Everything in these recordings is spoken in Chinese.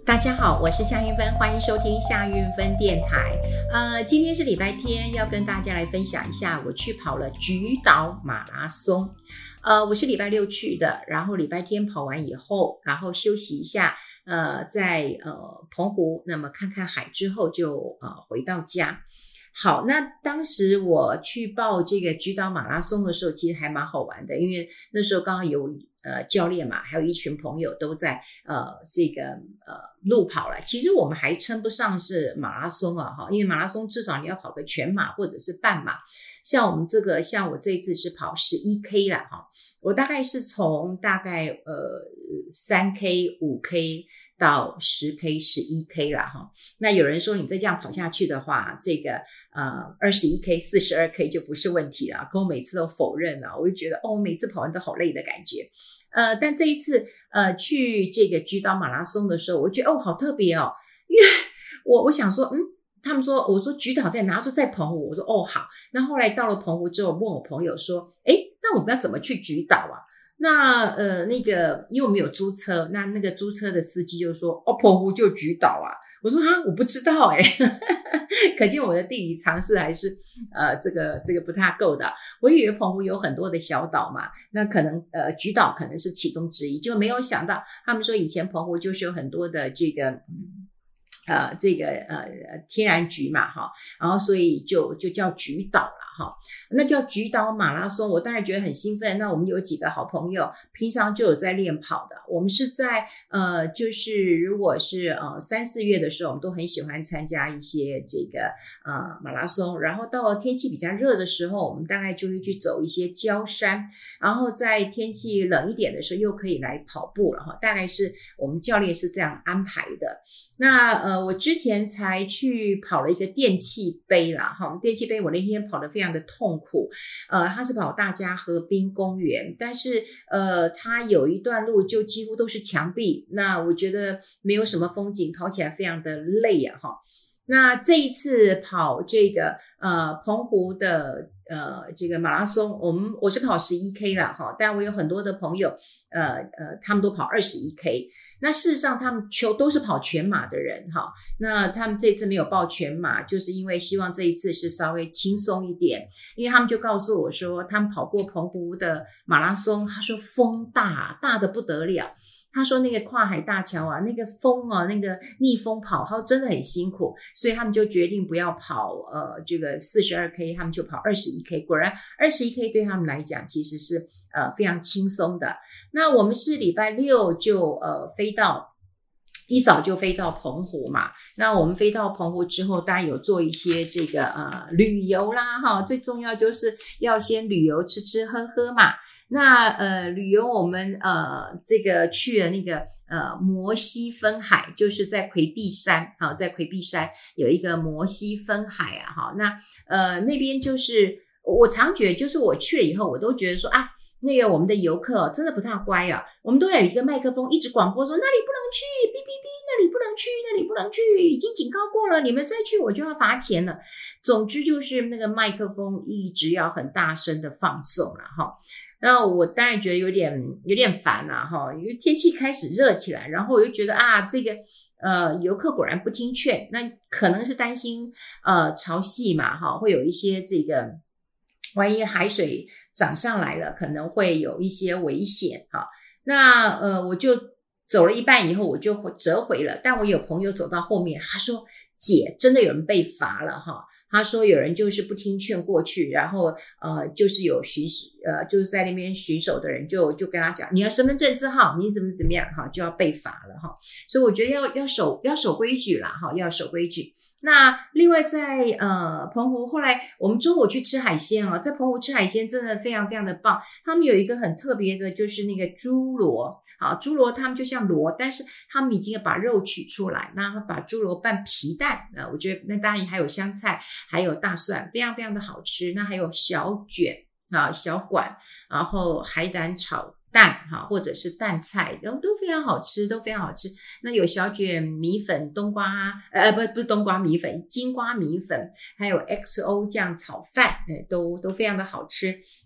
大家好，我是夏运芬，欢迎收听夏运芬电台。今天是礼拜天，要跟大家来分享一下我去跑了菊岛马拉松。我是礼拜六去的，然后礼拜天跑完以后，然后休息一下，在澎湖，那么看看海之后就回到家。好，那当时我去报这个菊岛马拉松的时候，其实还蛮好玩的，因为那时候刚好有教练嘛，还有一群朋友都在这个路跑了。其实我们还称不上是马拉松啊，因为马拉松至少你要跑个全马或者是半马。像我这次是跑 11K 啦哈，我大概是从大概3K 5K 到 10K 11K 啦哈。那有人说你再这样跑下去的话，这个21K 42K 就不是问题了，跟我每次都否认了。我就觉得每次跑完都好累的感觉。但这一次去这个菊岛马拉松的时候，我觉得好特别哦，因为我想说他们说，我说菊岛在哪？说在澎湖。我说好。那后来到了澎湖之后，问我朋友说，那我们要怎么去菊岛啊？那那个因为我们有租车，那个租车的司机就说，澎湖就菊岛啊。我说我不知道可见我的地理常识还是这个不太够的。我以为澎湖有很多的小岛嘛，那可能菊岛可能是其中之一，就没有想到他们说以前澎湖就是有很多的这个天然菊嘛然后所以就叫菊岛了那叫菊岛马拉松，我当然觉得很兴奋。那我们有几个好朋友平常就有在练跑的，我们是在就是如果是3、4月的时候，我们都很喜欢参加一些这个马拉松，然后到了天气比较热的时候，我们大概就会去走一些郊山，然后在天气冷一点的时候又可以来跑步了大概是我们教练是这样安排的。那我之前才去跑了一个电气杯啦电气杯我那天跑得非常的痛苦，它是跑大家河滨公园，但是它有一段路就几乎都是墙壁，那我觉得没有什么风景，跑起来非常的累那这一次跑这个澎湖的这个马拉松，我是跑 11K 啦但我有很多的朋友他们都跑 21K。 那事实上他们都是跑全马的人那他们这次没有报全马，就是因为希望这一次是稍微轻松一点，因为他们就告诉我说他们跑过澎湖的马拉松，他说风大的不得了，他说那个跨海大桥那个风那个逆风跑，他说真的很辛苦，所以他们就决定不要跑这个 42K， 他们就跑 21K。 果然 21K 对他们来讲其实是非常轻松的。那我们是礼拜六就一早就飞到澎湖嘛，那我们飞到澎湖之后，当然有做一些这个旅游啦最重要就是要先旅游吃吃喝喝嘛。那旅游我们这个去了那个摩西分海，就是在魁壁山在魁壁山有一个摩西分海那那边就是我常觉得，就是我去了以后我都觉得说那个我们的游客真的不太乖我们都要有一个麦克风一直广播说那里不能去，哔哔哔，那里不能去，那里不能去，已经警告过了，你们再去我就要罚钱了。总之就是那个麦克风一直要很大声的放送了那我当然觉得有点烦因为天气开始热起来，然后我就觉得这个游客果然不听劝，那可能是担心潮汐嘛会有一些这个万一海水涨上来了可能会有一些危险那我就走了一半以后我就折回了，但我有朋友走到后面，他说姐真的有人被罚了他说有人就是不听劝过去，然后就是有就是在那边巡守的人就跟他讲，你要身份证字号，你怎么样就要被罚了所以我觉得要守规矩啦要守规矩。那另外在澎湖，后来我们中午去吃海鲜在澎湖吃海鲜真的非常非常的棒。他们有一个很特别的就是那个猪螺猪螺他们就像螺，但是他们已经把肉取出来，那把猪螺拌皮蛋我觉得那当然还有香菜还有大蒜，非常非常的好吃。那还有小卷小管，然后海胆炒蛋或者是蛋菜，然后都非常好吃，都非常好吃。那有小卷米粉，冬瓜不是冬瓜米粉，金瓜米粉，还有 XO 酱炒饭都非常的好吃。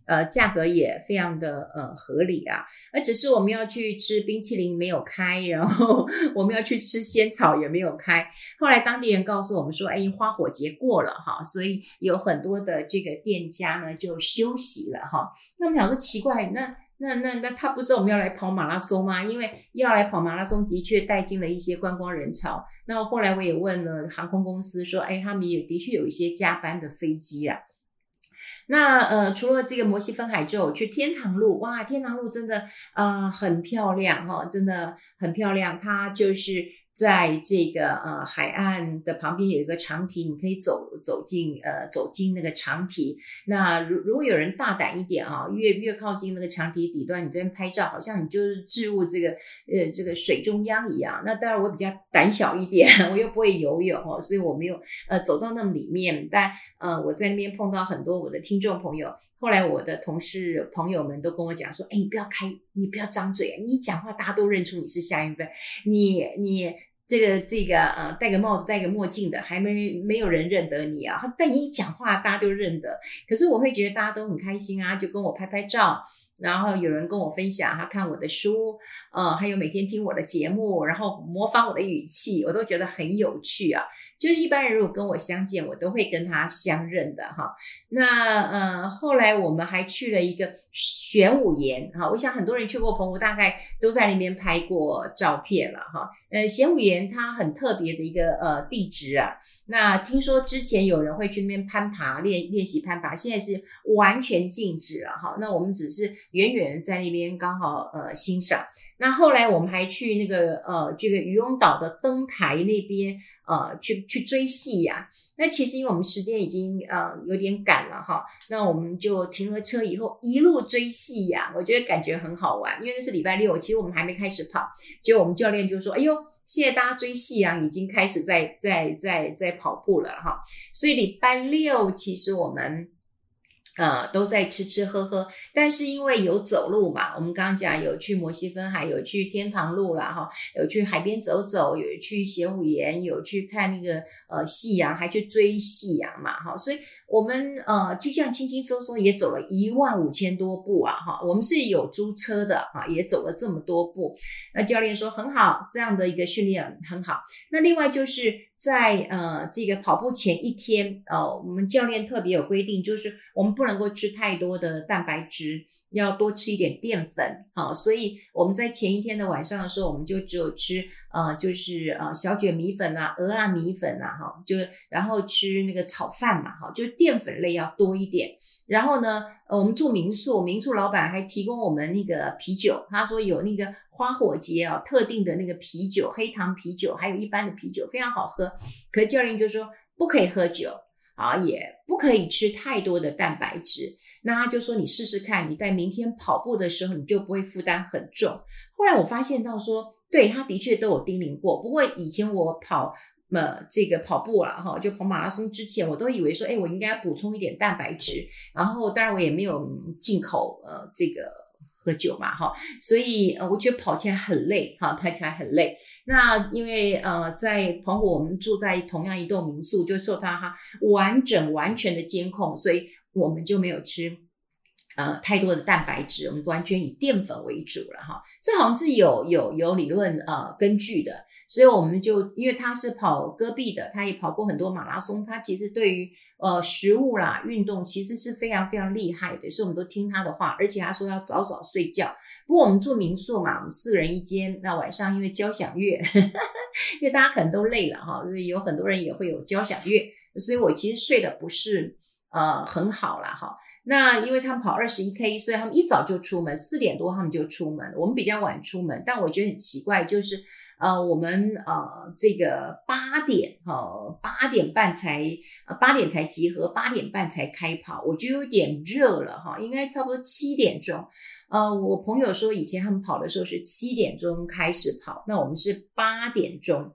价格也非常的合理啊。而只是我们要去吃冰淇淋没有开，然后我们要去吃仙草也没有开。后来当地人告诉我们说，花火节过了哈，所以有很多的这个店家呢就休息了哈。那我们想说奇怪，那他不知道我们要来跑马拉松吗？因为要来跑马拉松的确带进了一些观光人潮。那后来我也问了航空公司说，他们也的确有一些加班的飞机啊。那除了这个摩西分海之后，去天堂路，哇，天堂路真的很漂亮哈，真的很漂亮。它就是在这个海岸的旁边有一个长堤，你可以走进那个长堤。那如果有人大胆一点啊，越靠近那个长堤底端，你这边拍照，好像你就是置入这个水中央一样。那当然我比较胆小一点，我又不会游泳哦，所以我没有走到那么里面。但我在那边碰到很多我的听众朋友。后来我的同事朋友们都跟我讲说，你不要张嘴，你一讲话大家都认出你是夏运芬，你这个戴个帽子戴个墨镜的还没有人认得你啊，但你一讲话大家都认得。可是我会觉得大家都很开心啊，就跟我拍拍照，然后有人跟我分享他看我的书，还有每天听我的节目，然后模仿我的语气，我都觉得很有趣啊。就是一般人如果跟我相见，我都会跟他相认的哈。那后来我们还去了一个玄武岩哈，我想很多人去过澎湖，大概都在那边拍过照片了哈。玄武岩它很特别的一个地质啊。那听说之前有人会去那边攀爬练习攀爬，现在是完全禁止了哈。那我们只是远远在那边刚好欣赏。那后来我们还去那个这个渔翁岛的灯台那边去追夕阳。那其实因为我们时间已经有点赶了哈，那我们就停了车以后一路追夕阳，我觉得感觉很好玩。因为那是礼拜六，其实我们还没开始跑，结果我们教练就说，哎呦，现在大家追夕阳已经开始在跑步了哈。所以礼拜六其实我们都在吃喝喝，但是因为有走路嘛，我们刚刚讲有去摩西分海，有去天堂路啦哈，有去海边走走，有去玄武岩，有去看那个夕阳，还去追夕阳嘛哈，所以我们就这样轻轻松松也走了15000多步啊哈，我们是有租车的啊，也走了这么多步。那教练说很好，这样的一个训练很好。那另外就是在这个跑步前一天我们教练特别有规定，就是我们不能够吃太多的蛋白质，要多吃一点淀粉所以我们在前一天的晚上的时候，我们就只有吃就是小卷米粉啊、鹅啊米粉啊然后吃那个炒饭嘛就是淀粉类要多一点。然后呢我们住民宿老板还提供我们那个啤酒，他说有那个花火节特定的那个啤酒，黑糖啤酒还有一般的啤酒非常好喝。可是教练就说不可以喝酒也不可以吃太多的蛋白质。那他就说你试试看，你在明天跑步的时候你就不会负担很重。后来我发现到说对，他的确都有叮咛过，不过以前我跑这个跑步啦就跑马拉松之前，我都以为说我应该补充一点蛋白质，然后当然我也没有进口这个喝酒嘛所以我觉得跑起来很累跑起来很累。那因为在澎湖我们住在同样一栋民宿，就受他完全的监控，所以我们就没有吃太多的蛋白质，我们完全以淀粉为主了这好像是有理论根据的。所以我们就因为他是跑戈壁的，他也跑过很多马拉松，他其实对于食物啦运动其实是非常非常厉害的，所以我们都听他的话。而且他说要早早睡觉。不过我们住民宿嘛，我们4人一间，那晚上因为交响乐因为大家可能都累了所以有很多人也会有交响乐，所以我其实睡得不是很好啦那因为他们跑21K， 所以他们一早就出门，4点多他们就出门，我们比较晚出门。但我觉得很奇怪，就是我们这个8点半才8点才集合，8点半才开跑，我觉得有点热了应该差不多7点钟。我朋友说以前他们跑的时候是7点钟开始跑，那我们是8点钟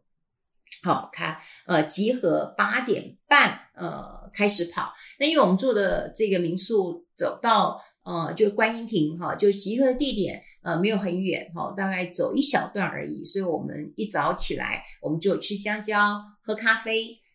集合8点半开始跑。那因为我们住的这个民宿走到就观音亭就集合的地点没有很远大概走一小段而已，所以我们一早起来我们就吃香蕉喝咖啡，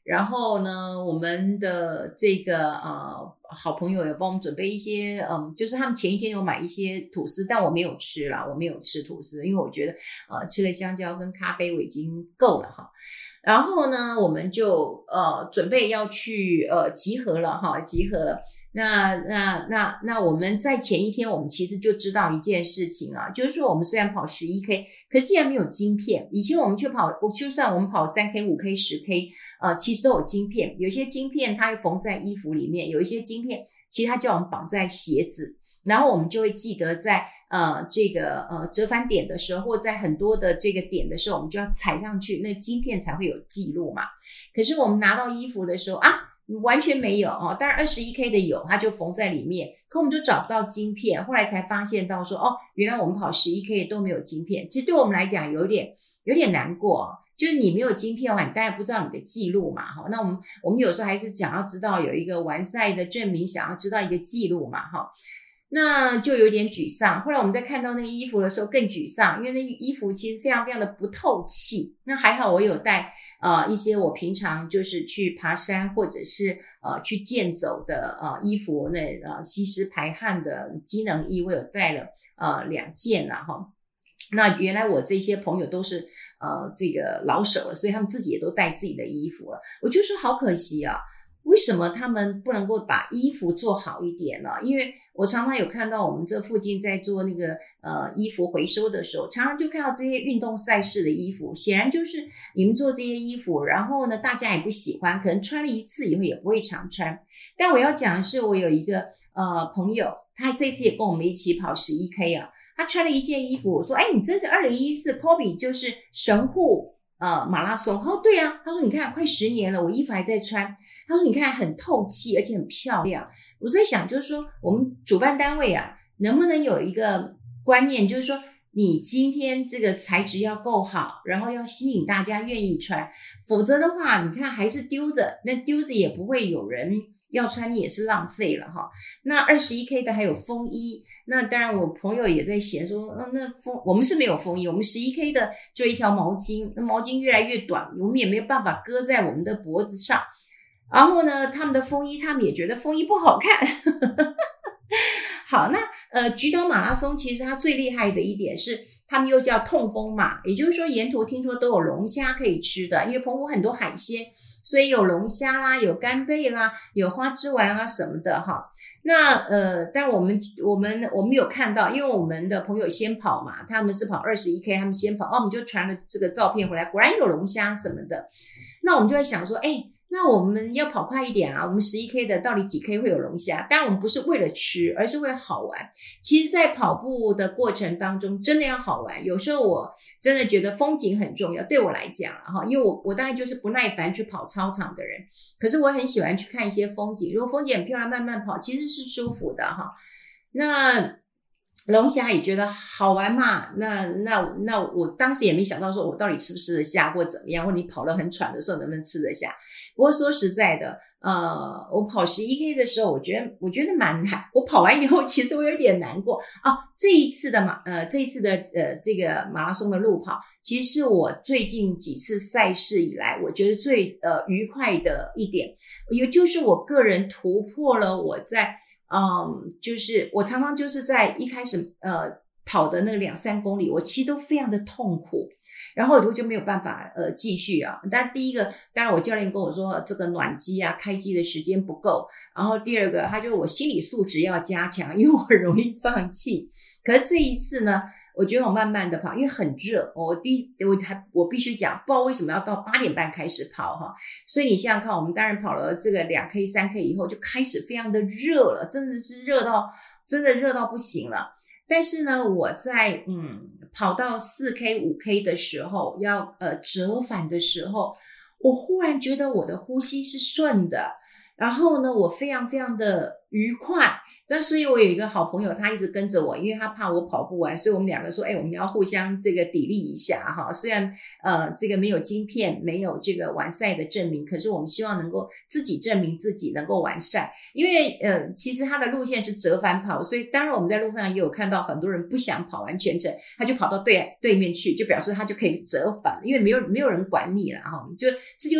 然后呢，我们的这个好朋友有帮我们准备一些就是他们前一天有买一些吐司，但我没有吃啦，我没有吃吐司，因为我觉得吃了香蕉跟咖啡我已经够了哈。然后呢，我们就准备要去集合了哈，集合了。那我们在前一天，我们其实就知道一件事情啊，就是说我们虽然跑11K，可是既然没有晶片，以前我们去跑，就算我们跑3K、5K、10K，其实都有晶片，有些晶片它会缝在衣服里面，有一些晶片其实它叫我们绑在鞋子，然后我们就会记得在这个折返点的时候，或在很多的这个点的时候，我们就要踩上去，那晶片才会有记录嘛。可是我们拿到衣服的时候完全没有哦，当然21K 的有，它就缝在里面，可我们就找不到晶片，后来才发现到说原来我们跑11K 都没有晶片，其实对我们来讲有点难过就是你没有晶片的话，你当然不知道你的记录嘛哈。那我们有时候还是想要知道有一个完赛的证明，想要知道一个记录嘛哈。那就有点沮丧，后来我们在看到那个衣服的时候更沮丧，因为那衣服其实非常非常的不透气。那还好我有带一些我平常就是去爬山或者是去健走的衣服，那吸湿排汗的机能衣我有带了2件啦哈。那原来我这些朋友都是这个老手了，所以他们自己也都带自己的衣服了。我就说好可惜啊，为什么他们不能够把衣服做好一点呢？因为我常常有看到我们这附近在做那个衣服回收的时候，常常就看到这些运动赛事的衣服，显然就是你们做这些衣服，然后呢大家也不喜欢，可能穿了一次以后也不会常穿。但我要讲的是，我有一个朋友，他这次也跟我们一起跑11K 啊，他穿了一件衣服，我说你这是2014 Kobe 就是神户马拉松。他说对啊，他说你看快10年了，我衣服还在穿。他说你看很透气而且很漂亮。我在想就是说我们主办单位能不能有一个观念，就是说你今天这个材质要够好，然后要吸引大家愿意穿，否则的话你看还是丢着，那丢着也不会有人要穿，你也是浪费了哈。那21K 的还有风衣，那当然我朋友也在嫌说我们是没有风衣，我们11K 的就一条毛巾，那毛巾越来越短，我们也没有办法搁在我们的脖子上。然后呢他们的风衣，他们也觉得风衣不好看好，那菊岛马拉松其实它最厉害的一点是他们又叫痛风马，也就是说沿途听说都有龙虾可以吃的，因为澎湖很多海鲜，所以有龙虾啦，有干贝啦，有花枝丸什么的哈。那但我们有看到，因为我们的朋友先跑嘛，他们是跑21K，他们先跑我们就传了这个照片回来，果然有龙虾什么的。那我们就在想说那我们要跑快一点我们11K 的到底几 K 会有龙虾？当然我们不是为了吃，而是为了好玩。其实在跑步的过程当中真的要好玩，有时候我真的觉得风景很重要，对我来讲因为我大概就是不耐烦去跑操场的人，可是我很喜欢去看一些风景，如果风景很漂亮慢慢跑其实是舒服的那龙虾也觉得好玩嘛，那我当时也没想到说我到底吃不吃得下或怎么样，或你跑得很喘的时候能不能吃得下。不过说实在的我跑11K 的时候我觉得蛮难，我跑完以后其实我有点难过这一次的这个马拉松的路跑其实是我最近几次赛事以来我觉得最愉快的一点，也就是我个人突破了我在就是我常常就是在一开始跑的那个2-3公里我其实都非常的痛苦，然后我就没有办法继续但第一个当然我教练跟我说这个暖机开机的时间不够，然后第二个他就我心理素质要加强，因为我很容易放弃。可是这一次呢我觉得我慢慢的跑，因为很热我必须讲不知道为什么要到8点半开始跑所以你想想看我们当然跑了这个2K 3K 以后就开始非常的热了，真的是热到不行了。但是呢我在跑到4K 5K 的时候要折返的时候，我忽然觉得我的呼吸是顺的，然后呢我非常非常的愉快。那所以我有一个好朋友他一直跟着我，因为他怕我跑不完，所以我们两个说我们要互相这个砥砺一下虽然这个没有晶片没有这个完赛的证明，可是我们希望能够自己证明自己能够完赛。因为其实他的路线是折返跑，所以当然我们在路上也有看到很多人不想跑完全程，他就跑到对面去，就表示他就可以折返，因为没有人管你了这就是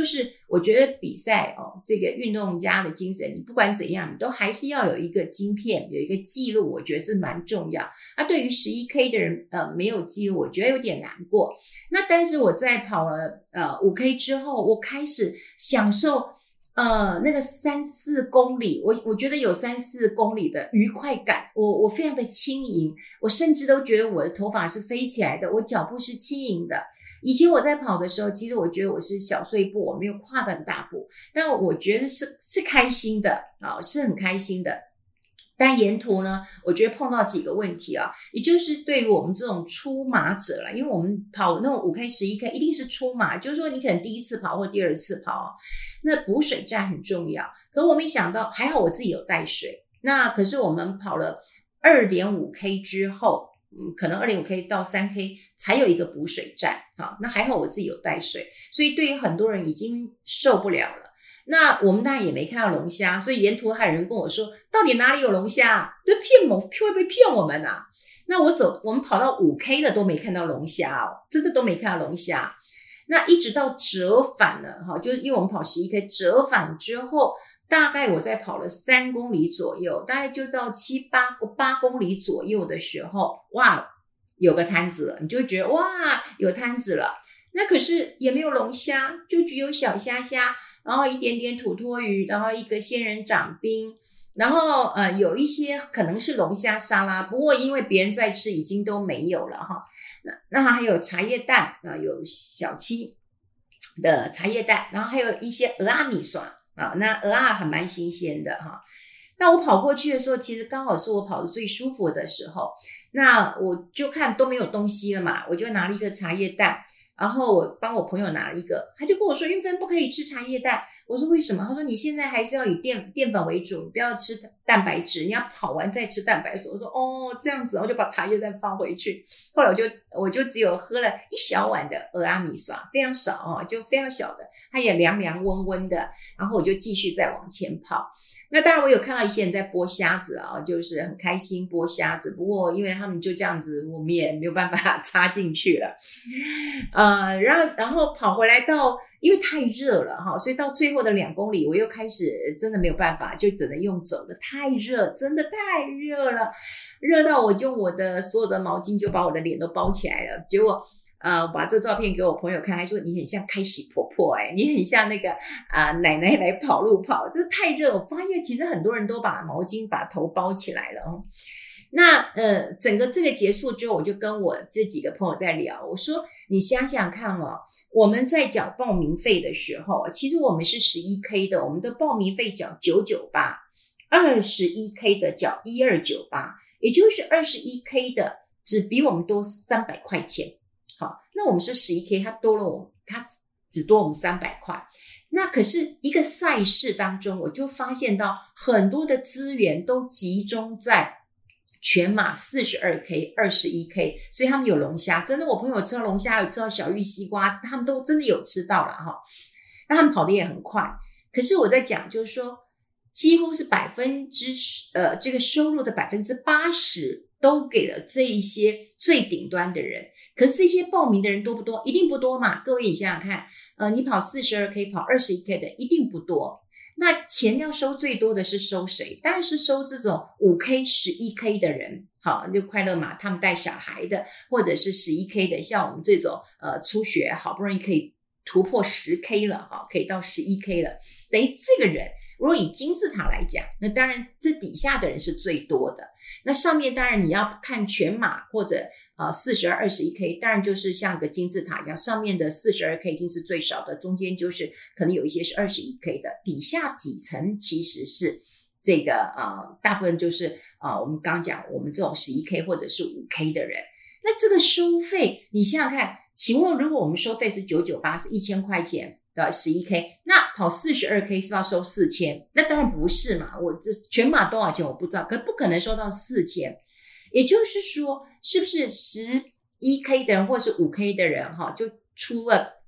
我觉得比赛这个运动家的精神，你不管怎样，你都还是要有一个晶片，有一个记录，我觉得是蛮重要。对于 11K 的人没有记录，我觉得有点难过。那但是我在跑了5K 之后，我开始享受那个3-4公里，我觉得有3-4公里的愉快感，我非常的轻盈，我甚至都觉得我的头发是飞起来的，我脚步是轻盈的。以前我在跑的时候，其实我觉得我是小碎步，我没有跨得很大步，但我觉得是开心的是很开心的。但沿途呢，我觉得碰到几个问题也就是对于我们这种初马者啦，因为我们跑那种5K 11K 一定是初马，就是说你可能第一次跑或第二次跑那补水站很重要。可我没想到，还好我自己有带水，那可是我们跑了 2.5K 之后可能 2.5K 到 3K 才有一个补水站那还好我自己有带水，所以对于很多人已经受不了了。那我们当然也没看到龙虾，所以沿途还有人跟我说到底哪里有龙虾，就骗我，会不会骗我们啊？那我们跑到 5K 的都没看到龙虾真的都没看到龙虾。那一直到折返了就是因为我们跑 11K 折返之后，大概我在跑了3公里左右，大概就到8公里左右的时候，哇，有个摊子了，你就会觉得哇，有摊子了。那可是也没有龙虾，就只有小虾虾，然后一点点土托鱼，然后一个仙人掌冰，然后有一些可能是龙虾沙拉，不过因为别人在吃已经都没有了那还有茶叶蛋有小七的茶叶蛋，然后还有一些蚵仔米线那蚵仔还蛮新鲜的那我跑过去的时候，其实刚好是我跑得最舒服的时候，那我就看都没有东西了嘛，我就拿了一个茶叶蛋，然后我帮我朋友拿了一个，他就跟我说运芬不可以吃茶叶蛋。我说为什么？他说你现在还是要以淀粉为主，你不要吃蛋白质，你要跑完再吃蛋白质。我说这样子，我就把茶叶蛋放回去。后来我就只有喝了一小碗的蚵仔米线，非常少就非常小的，它也凉凉温温的，然后我就继续再往前跑。那当然我有看到一些人在剥虾子就是很开心剥虾子，不过因为他们就这样子，我们也没有办法插进去了。然后跑回来因为太热了所以到最后的2公里我又开始真的没有办法，就只能用走的，太热，真的太热了，热到我用我的所有的毛巾就把我的脸都包起来了。结果我把这照片给我朋友看，还说你很像开喜婆婆你很像那个奶奶来跑路跑，这太热。我发现其实很多人都把毛巾把头包起来了那整个这个结束之后，我就跟我这几个朋友在聊，我说你想想看我们在缴报名费的时候，其实我们是 11K 的，我们的报名费缴998 21K 的缴1298，也就是 21K 的只比我们多300块钱。好，那我们是 11K， 它只多我们300块。那可是一个赛事当中，我就发现到很多的资源都集中在全马 42K 21K， 所以他们有龙虾，真的我朋友吃到龙虾，有吃到小玉西瓜，他们都真的有吃到了那他们跑得也很快。可是我在讲就是说几乎是这个收入的 80% 都给了这一些最顶端的人。可是这些报名的人多不多？一定不多嘛。各位你想想看你跑 42K 跑 21K 的一定不多。那钱要收最多的是收谁？当然是收这种 5K 11K 的人就快乐马他们带小孩的，或者是 11K 的，像我们这种初学好不容易可以突破 10K 了可以到 11K 了，等于这个人如果以金字塔来讲，那当然这底下的人是最多的，那上面当然你要看全马或者42 21K， 当然就是像个金字塔一样，上面的 42K 一定是最少的，中间就是可能有一些是 21K 的，底下几层其实是这个大部分就是我们刚讲我们这种 11K 或者是 5K 的人。那这个收费你想想看，请问如果我们收费是998，是1000块钱的 11K， 那跑 42K 是要收4000？那当然不是嘛，我这全马多少钱我不知道，可不可能收到4000。也就是说是不是 11K 的人或是 5K 的人就出了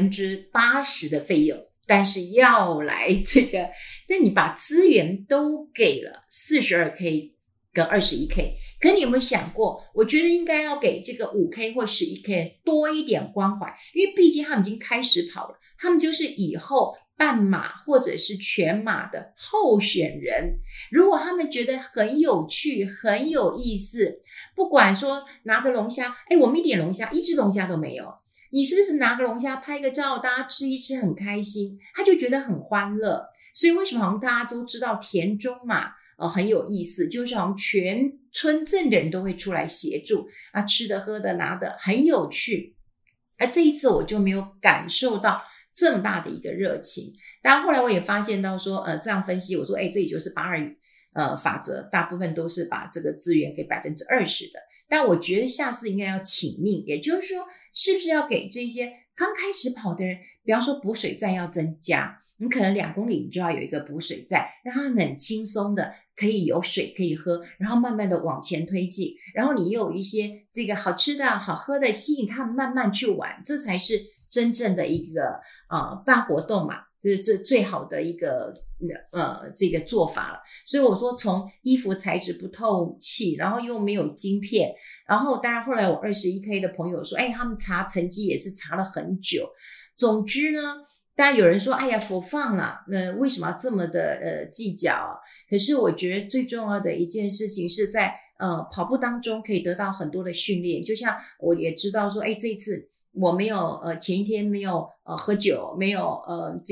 80% 的费用，但是要来这个，但你把资源都给了 42K 跟 21K， 可你有没有想过，我觉得应该要给这个 5K 或 11K 多一点关怀，因为毕竟他们已经开始跑了，他们就是以后半马或者是全马的候选人。如果他们觉得很有趣很有意思，不管说拿着龙虾，我们一点龙虾，一只龙虾都没有，你是不是拿个龙虾拍个照，大家吃一吃很开心，他就觉得很欢乐。所以为什么好像大家都知道田中马很有意思，就是好像全村镇的人都会出来协助啊，吃的喝的拿的很有趣。而这一次我就没有感受到这么大的一个热情。当然后来我也发现到说这样分析，我说这也就是82法则，大部分都是把这个资源给 20% 的。但我觉得下次应该要请命，也就是说是不是要给这些刚开始跑的人，比方说补水站要增加，你可能2公里你就要有一个补水站，让他们很轻松的可以有水可以喝，然后慢慢的往前推进，然后你又有一些这个好吃的好喝的吸引他们慢慢去玩，这才是真正的一个办活动嘛，这是最好的一个这个做法了。所以我说从衣服材质不透气，然后又没有晶片，然后当然后来我 21K 的朋友说他们查成绩也是查了很久。总之呢，当然有人说for fun啦，为什么要这么的计较可是我觉得最重要的一件事情是在跑步当中可以得到很多的训练。就像我也知道说这一次我没有前一天没有喝酒，没有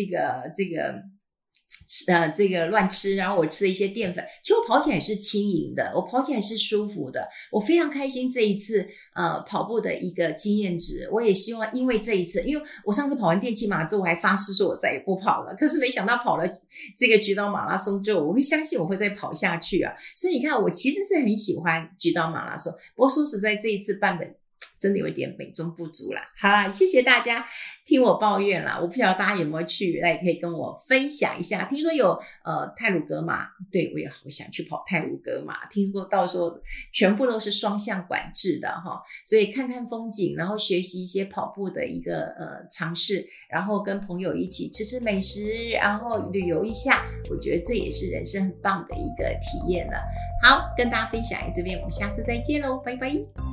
这个乱吃，然后我吃了一些淀粉，其实我跑起来是轻盈的，我跑起来是舒服的，我非常开心这一次跑步的一个经验值。我也希望因为这一次，因为我上次跑完电气马之后我还发誓说我再也不跑了，可是没想到跑了这个菊岛马拉松之后，我会相信我会再跑下去啊。所以你看我其实是很喜欢菊岛马拉松，不过说实在这一次办的真的有一点美中不足啦。好啦，谢谢大家听我抱怨啦，我不晓得大家有没有去，那也可以跟我分享一下。听说有太鲁阁马，对，我也好想去跑太鲁阁马，听说到时候全部都是双向管制的所以看看风景，然后学习一些跑步的一个尝试，然后跟朋友一起吃吃美食，然后旅游一下，我觉得这也是人生很棒的一个体验了。好，跟大家分享这边，我们下次再见咯，拜拜。